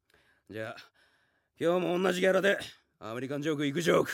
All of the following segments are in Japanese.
じゃあ今日も同じギャラでアメリカンジョーク行くジョーク。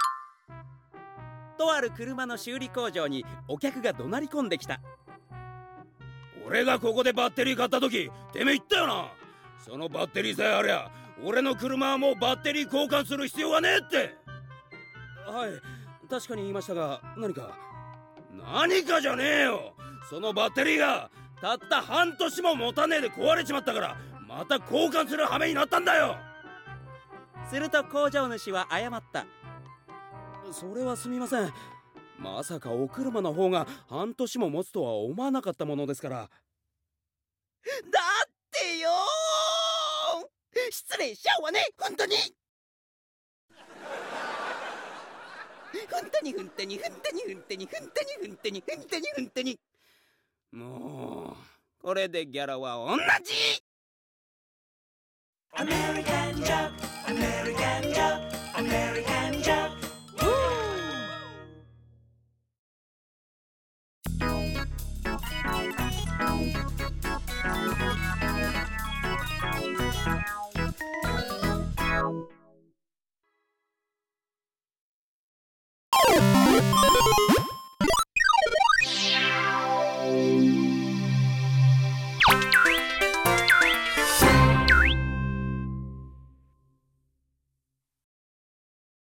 とある車の修理工場にお客が怒鳴り込んできた。俺がここでバッテリー買った時てめえ言ったよな。そのバッテリーさえありゃ俺の車はもうバッテリー交換する必要がねえって。はい、確かに言いましたが何か。何かじゃねえよ。そのバッテリーがたった半年も持たねえで壊れちまったからまた交換する羽目になったんだよ。すると工場主は謝った。それはすみません。まさかお車の方が半年も持つとは思わなかったものですから。だってよー、失礼しちゃうわね、本当に。本当に本当に本当に本当に本当に本当に本当に本当に。もうこれでギャラは同じ。アメリカンジョーク、アメリカンジョーク。